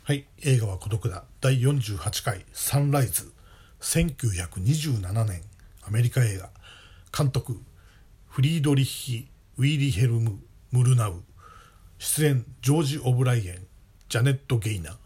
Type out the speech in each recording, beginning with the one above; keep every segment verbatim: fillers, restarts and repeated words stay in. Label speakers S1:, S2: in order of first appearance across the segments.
S1: はい、映画は孤独だだいよんじゅうはちかいサンライズ。せんきゅうひゃくにじゅうななねんアメリカ映画。監督フリードリッヒ・ウィリヘルム・ムルナウ。出演ジョージ・オブライエン、ジャネット・ゲイナー。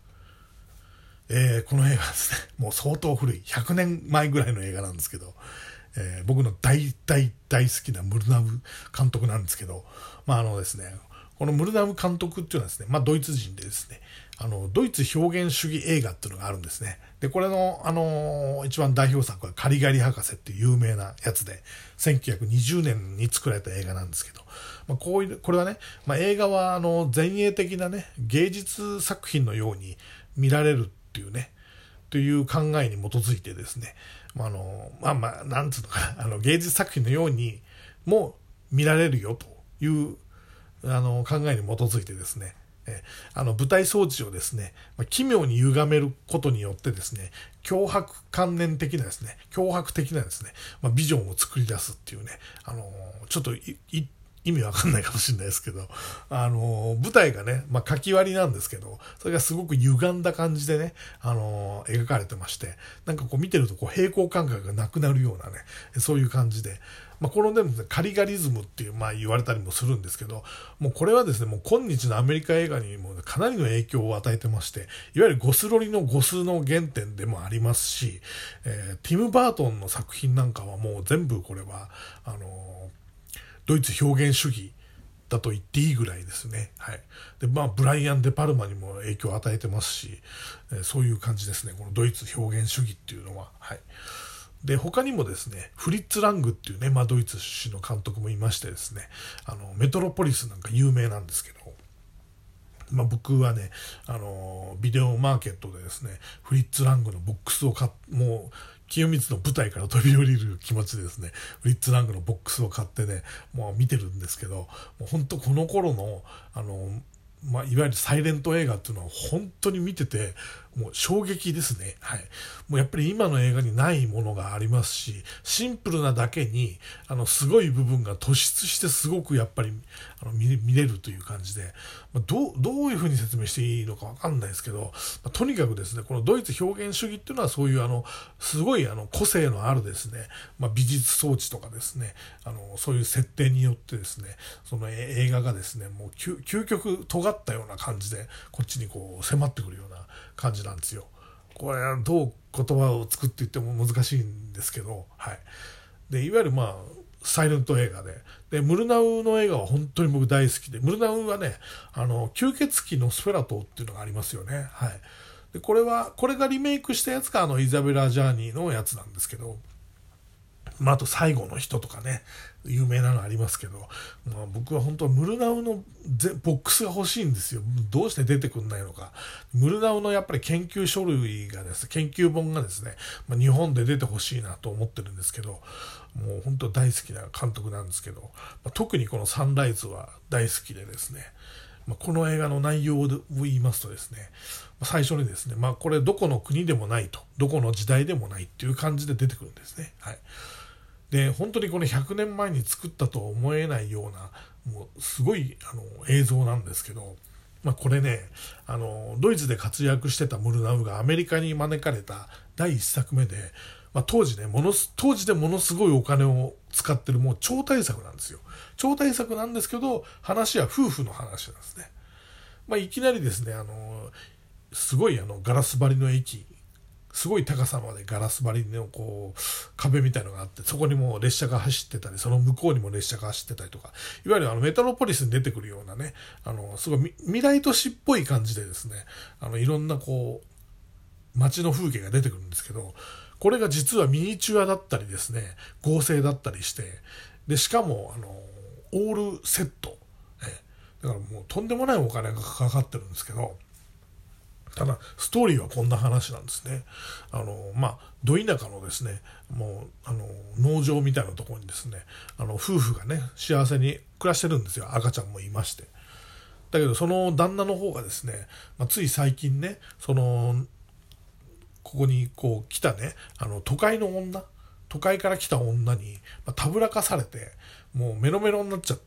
S1: えー、この映画はですね、もう相当古いひゃくねんまえぐらいの映画なんですけど、えー、僕の大大大好きなムルナウ監督なんですけど、まああのですねこのムルナウ監督っていうのはですね、まあドイツ人でですね、あのドイツ表現主義映画っていうのがあるんですね。でこれのあのー、一番代表作はカリガリ博士っていう有名なやつで、せんきゅうひゃくにじゅうねんに作られた映画なんですけど、まあ、こういうこれはね、まあ、映画はあの前衛的なね芸術作品のように見られるっていうねという考えに基づいてですね、まああのまあまあなんつうのかな、あの芸術作品のようにも見られるよというあの考えに基づいてですね、えあの舞台装置をですね、まあ、奇妙に歪めることによってですね、強迫観念的なですね、強迫的なですね、まあ、ビジョンを作り出すっていうね、あのちょっといい意味わかんないかもしれないですけど、あの舞台がね、まあ、書き割りなんですけど、それがすごく歪んだ感じでね、あの描かれてまして、なんかこう見てるとこう平行感覚がなくなるようなね、そういう感じで、まあ、このでも、ね、カリガリズムっていう、まあ、言われたりもするんですけど、もうこれはですね、もう今日のアメリカ映画にもかなりの影響を与えてまして、いわゆるゴスロリのゴスの原点でもありますし、えー、ティム・バートンの作品なんかはもう全部これはあのドイツ表現主義だと言っていいぐらいですね。はい。で、まあ、ブライアン・デ・パルマにも影響を与えてますし、えー、そういう感じですね。このドイツ表現主義っていうのは。はい。で、他にもですね、フリッツ・ラングっていうね、まあ、ドイツ出身の監督もいましてですね、あの、メトロポリスなんか有名なんですけど、まあ、僕はね、あの、ビデオマーケットでですね、フリッツ・ラングのボックスを買っ、もう、清水の舞台から飛び降りる気持ちでですね、フリッツ・ラングのボックスを買ってね、もう見てるんですけど、もう本当この頃の、あの、まあ、いわゆるサイレント映画っていうのは本当に見ててもう衝撃ですね。はい。もうやっぱり今の映画にないものがありますし、シンプルなだけにあのすごい部分が突出してすごくやっぱりあの 見, 見れるという感じで、まあ、どうどういうふうに説明していいのかわかんないですけど、まあ、とにかくですね、このドイツ表現主義っていうのはそういうあのすごいあの個性のあるですね、まあ、美術装置とかですね、あのそういう設定によってですね、その映画がですね、もう 究, 究極尖ったような感じでこっちにこう迫ってくるような感じなんですよ。これはどう言葉を作っていっても難しいんですけど、はい。で、いわゆるまあサイレント映画で、でムルナウの映画は本当に僕大好きで、ムルナウはね、あの吸血鬼のスフェラトっていうのがありますよね。はい。でこれはこれがリメイクしたやつがあのイザベラ・ジャーニーのやつなんですけど、まあ、あと最後の人とかね、有名なのありますけど、まあ、僕は本当はムルナウのボックスが欲しいんですよ。どうして出てくんないのか。ムルナウのやっぱり研究書類がですね、研究本がですね、まあ、日本で出てほしいなと思ってるんですけど、もう本当大好きな監督なんですけど、まあ、特にこのサンライズは大好きでですね、まあ、この映画の内容を言いますとですね、最初にですね、まあこれどこの国でもないと、どこの時代でもないっていう感じで出てくるんですね。はい。で本当にこのひゃくねんまえに作ったとは思えないようなもうすごいあの映像なんですけど、まあ、これねあのドイツで活躍してたムルナウがアメリカに招かれただいいっさくめで、まあ、当時ねものす当時でものすごいお金を使ってるもう超大作なんですよ。超大作なんですけど話は夫婦の話なんですね。まあ、いきなりですねあのすごいあのガラス張りの駅、すごい高さまでガラス張りのこう壁みたいのがあって、そこにも列車が走ってたり、その向こうにも列車が走ってたりとか、いわゆるあのメトロポリスに出てくるようなね、あのすごい未来都市っぽい感じでですね、あのいろんなこう街の風景が出てくるんですけど、これが実はミニチュアだったりですね、合成だったりして、でしかもあのオールセット、だからもうとんでもないお金がかかってるんですけど、ただストーリーはこんな話なんですね。あのまあど田舎のですね、もうあの農場みたいなところにですね、あの夫婦がね幸せに暮らしてるんですよ。赤ちゃんもいまして。だけどその旦那の方がですね、まあ、つい最近ね、そのここにこう来たね、あの都会の女、都会から来た女に、まあ、たぶらかされて、もうメロメロになっちゃって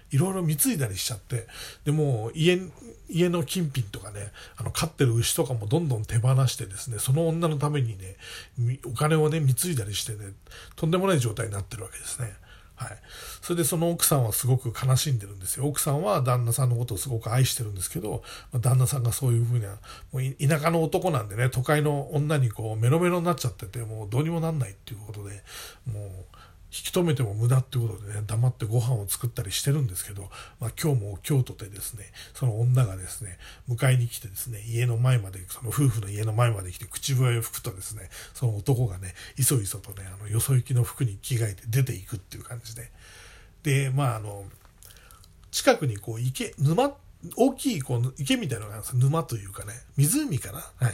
S1: いろいろ貢いだりしちゃって、でも家家の金品とかね、あの飼ってる牛とかもどんどん手放してですね、その女のためにねお金をね貢いだりしてね、とんでもない状態になってるわけですね。はい、それでその奥さんはすごく悲しんでるんですよ。奥さんは旦那さんのことをすごく愛してるんですけど、まあ、旦那さんがそういうふうな、もう田舎の男なんでね、都会の女にこうメロメロになっちゃってて、もうどうにもなんないっていうことで、もう引き止めても無駄っていうことでね、黙ってご飯を作ったりしてるんですけど、まあ、今日も京都でですね、その女がですね迎えに来てですね、家の前まで、その夫婦の家の前まで来て口笛を吹くとですね、その男がねいそいそとね、あのよそ行きの服に着替えて出ていくっていう感じで、でまああの近くにこう池沼大きいこう池みたいなのがあるんです。沼というかね、湖かな。はい。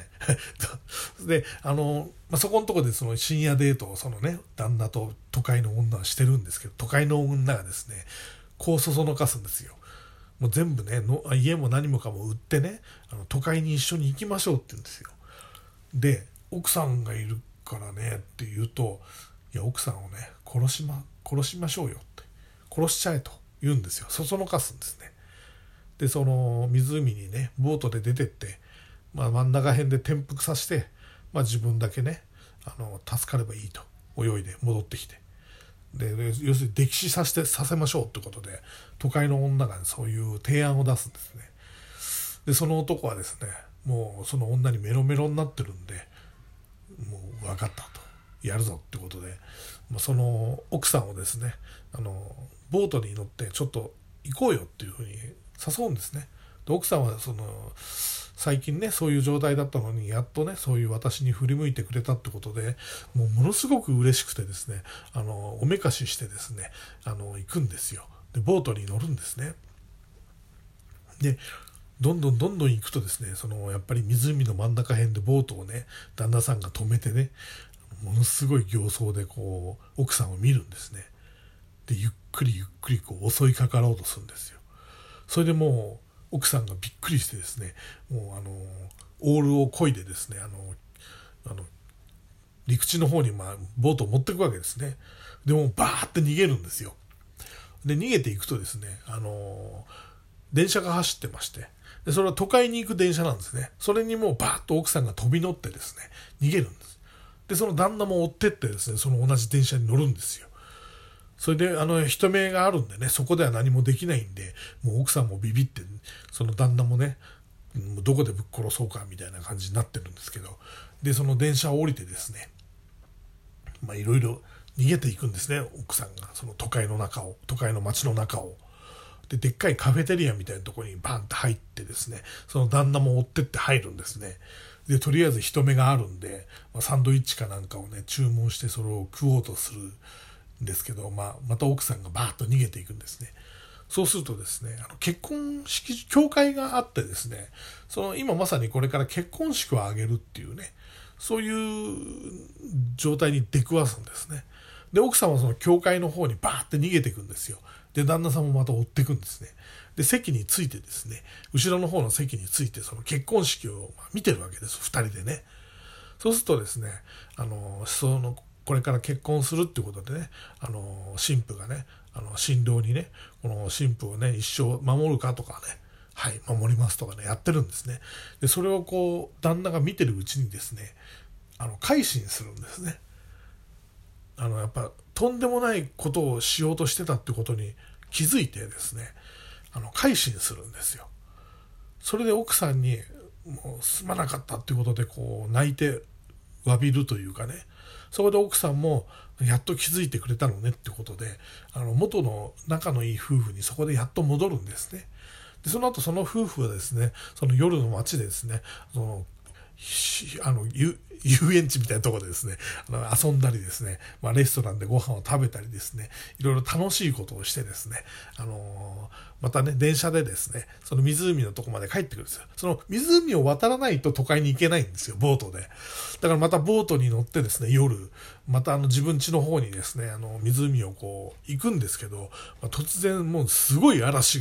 S1: で、あの、まあ、そこのところでその深夜デートをそのね、旦那と都会の女はしてるんですけど、都会の女がですね、こうそそのかすんですよ。もう全部ねの、家も何もかも売ってね、あの都会に一緒に行きましょうって言うんですよ。で、奥さんがいるからねって言うと、いや、奥さんをね、殺しま、殺しましょうよって。殺しちゃえと言うんですよ。そそのかすんですね。でその湖にねボートで出てって、まあ、真ん中辺で転覆させて、まあ、自分だけねあの助かればいいと泳いで戻ってきて、で要するに溺死させてさせましょうってことで都会の女が、ね、そういう提案を出すんですね。でその男はですねもうその女にメロメロになってるんで、もう分かったと、やるぞってことで、まあ、その奥さんをですねあのボートに乗ってちょっと行こうよっていうふうに誘うんですね。で奥さんはその最近ねそういう状態だったのにやっとねそういう私に振り向いてくれたってことで、もうものすごく嬉しくてですね、あのおめかししてですねあの行くんですよ。でボートに乗るんですね。でどんどんどんどん行くとですね、そのやっぱり湖の真ん中辺でボートをね旦那さんが止めてね、ものすごい形相でこう奥さんを見るんですね。でゆっくりゆっくりこう襲いかかろうとするんですよ。それでもう奥さんがびっくりしてですね、もうあのオールを漕いでですね、あのあの陸地の方に、まあ、ボートを持っていくわけですね。でもバーって逃げるんですよ。で逃げていくとですね、あの電車が走ってまして、でそれは都会に行く電車なんですね。それにもうバーッと奥さんが飛び乗ってですね逃げるんです。でその旦那も追ってってですね、その同じ電車に乗るんですよ。それであの人目があるんでね、そこでは何もできないんで、もう奥さんもビビって、その旦那もねどこでぶっ殺そうかみたいな感じになってるんですけど、でその電車を降りてですね、まあいろいろ逃げていくんですね、奥さんがその都会の中を、都会の街の中を。ででっかいカフェテリアみたいなところにバンって入ってですね、その旦那も追ってって入るんですね。でとりあえず人目があるんで、まあ、サンドイッチかなんかをね注文してそれを食おうとするんですけど、まあ、また奥さんがバーッと逃げていくんですね。そうするとですね、あの結婚式教会があってですね、その今まさにこれから結婚式を挙げるっていうね、そういう状態に出くわすんですね。で奥さんはその教会の方にバーって逃げていくんですよ。で旦那さんもまた追っていくんですね。で席についてですね、後ろの方の席についてその結婚式を見てるわけです、ふたりでね。そうするとですね、あのそのこれから結婚するっていうことでね、あの新婦がね、あの新郎にね、この新婦をね一生守るかとかね、はい守りますとかねやってるんですね。でそれをこう旦那が見てるうちにですね、あの改心するんですね。あのやっぱとんでもないことをしようとしてたってことに気づいてですね、あの改心するんですよ。それで奥さんにもうすまなかったっていうことでこう泣いて詫びるというかね、そこで奥さんもやっと気づいてくれたのねってことで、あの元の仲のいい夫婦にそこでやっと戻るんですね。でその後その夫婦はですね、その夜の街でですね、そのあの遊園地みたいなところでですね、あの遊んだりですね、まあ、レストランでご飯を食べたりですね、いろいろ楽しいことをしてですね、あのー、またね電車でですねその湖のとこまで帰ってくるんですよ。その湖を渡らないと都会に行けないんですよ、ボートで。だからまたボートに乗ってですね、夜またあの自分家の方にですね、あの湖をこう行くんですけど、まあ、突然もうすごい嵐が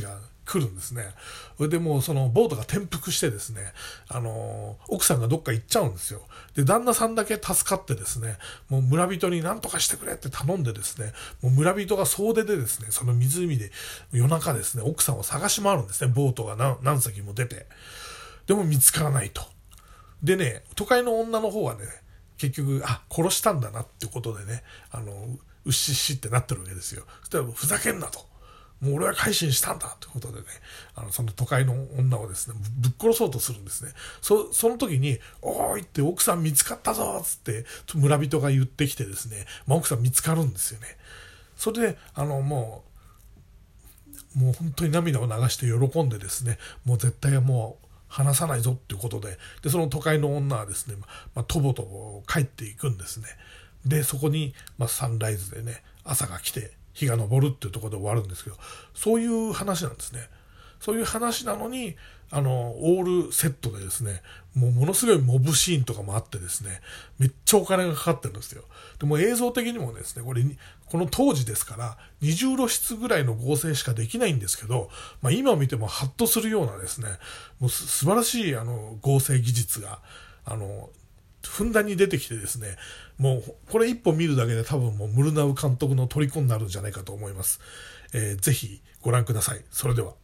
S1: 来るんですね。それでもうそのボートが転覆してですね、あのー、奥さんがどっか行っちゃうんですよ。で、旦那さんだけ助かってですね、もう村人に何とかしてくれって頼んでですね、もう村人が総出でですね、その湖で夜中ですね、奥さんを探し回るんですね、ボートが 何, 何隻も出て。でも見つからないと。でね、都会の女の方はね、結局、あ、殺したんだなってことでね、あの、うっしっしってなってるわけですよ。そしたら、ふざけんなと。もう俺は改心したんだということでね、あの、その都会の女をですね、ぶっ殺そうとするんですね。そ、その時に、おーいって奥さん見つかったぞつって、村人が言ってきてですね、まあ、奥さん見つかるんですよね。それで、あの、もう、もう本当に涙を流して喜んでですね、もう絶対もう、話さないぞっていうことで、で、その都会の女はですね、まあ、とぼとぼ帰っていくんですね。で、そこに、まあ、サンライズでね、朝が来て、日が昇るっていうところで終わるんですけど、そういう話なんですね。そういう話なのに、あの、オールセットでですね、もうものすごいモブシーンとかもあってですね、めっちゃお金がかかってるんですよ。でも映像的にもですね、これ、この当時ですから、にじゅうろしつぐらいの合成しかできないんですけど、まあ今見てもハッとするようなですね、もう素晴らしいあの合成技術が、あの、ふんだんに出てきてですね、もうこれ一本見るだけで多分もうムルナウ監督の虜になるんじゃないかと思います。えー、ぜひご覧ください。それでは。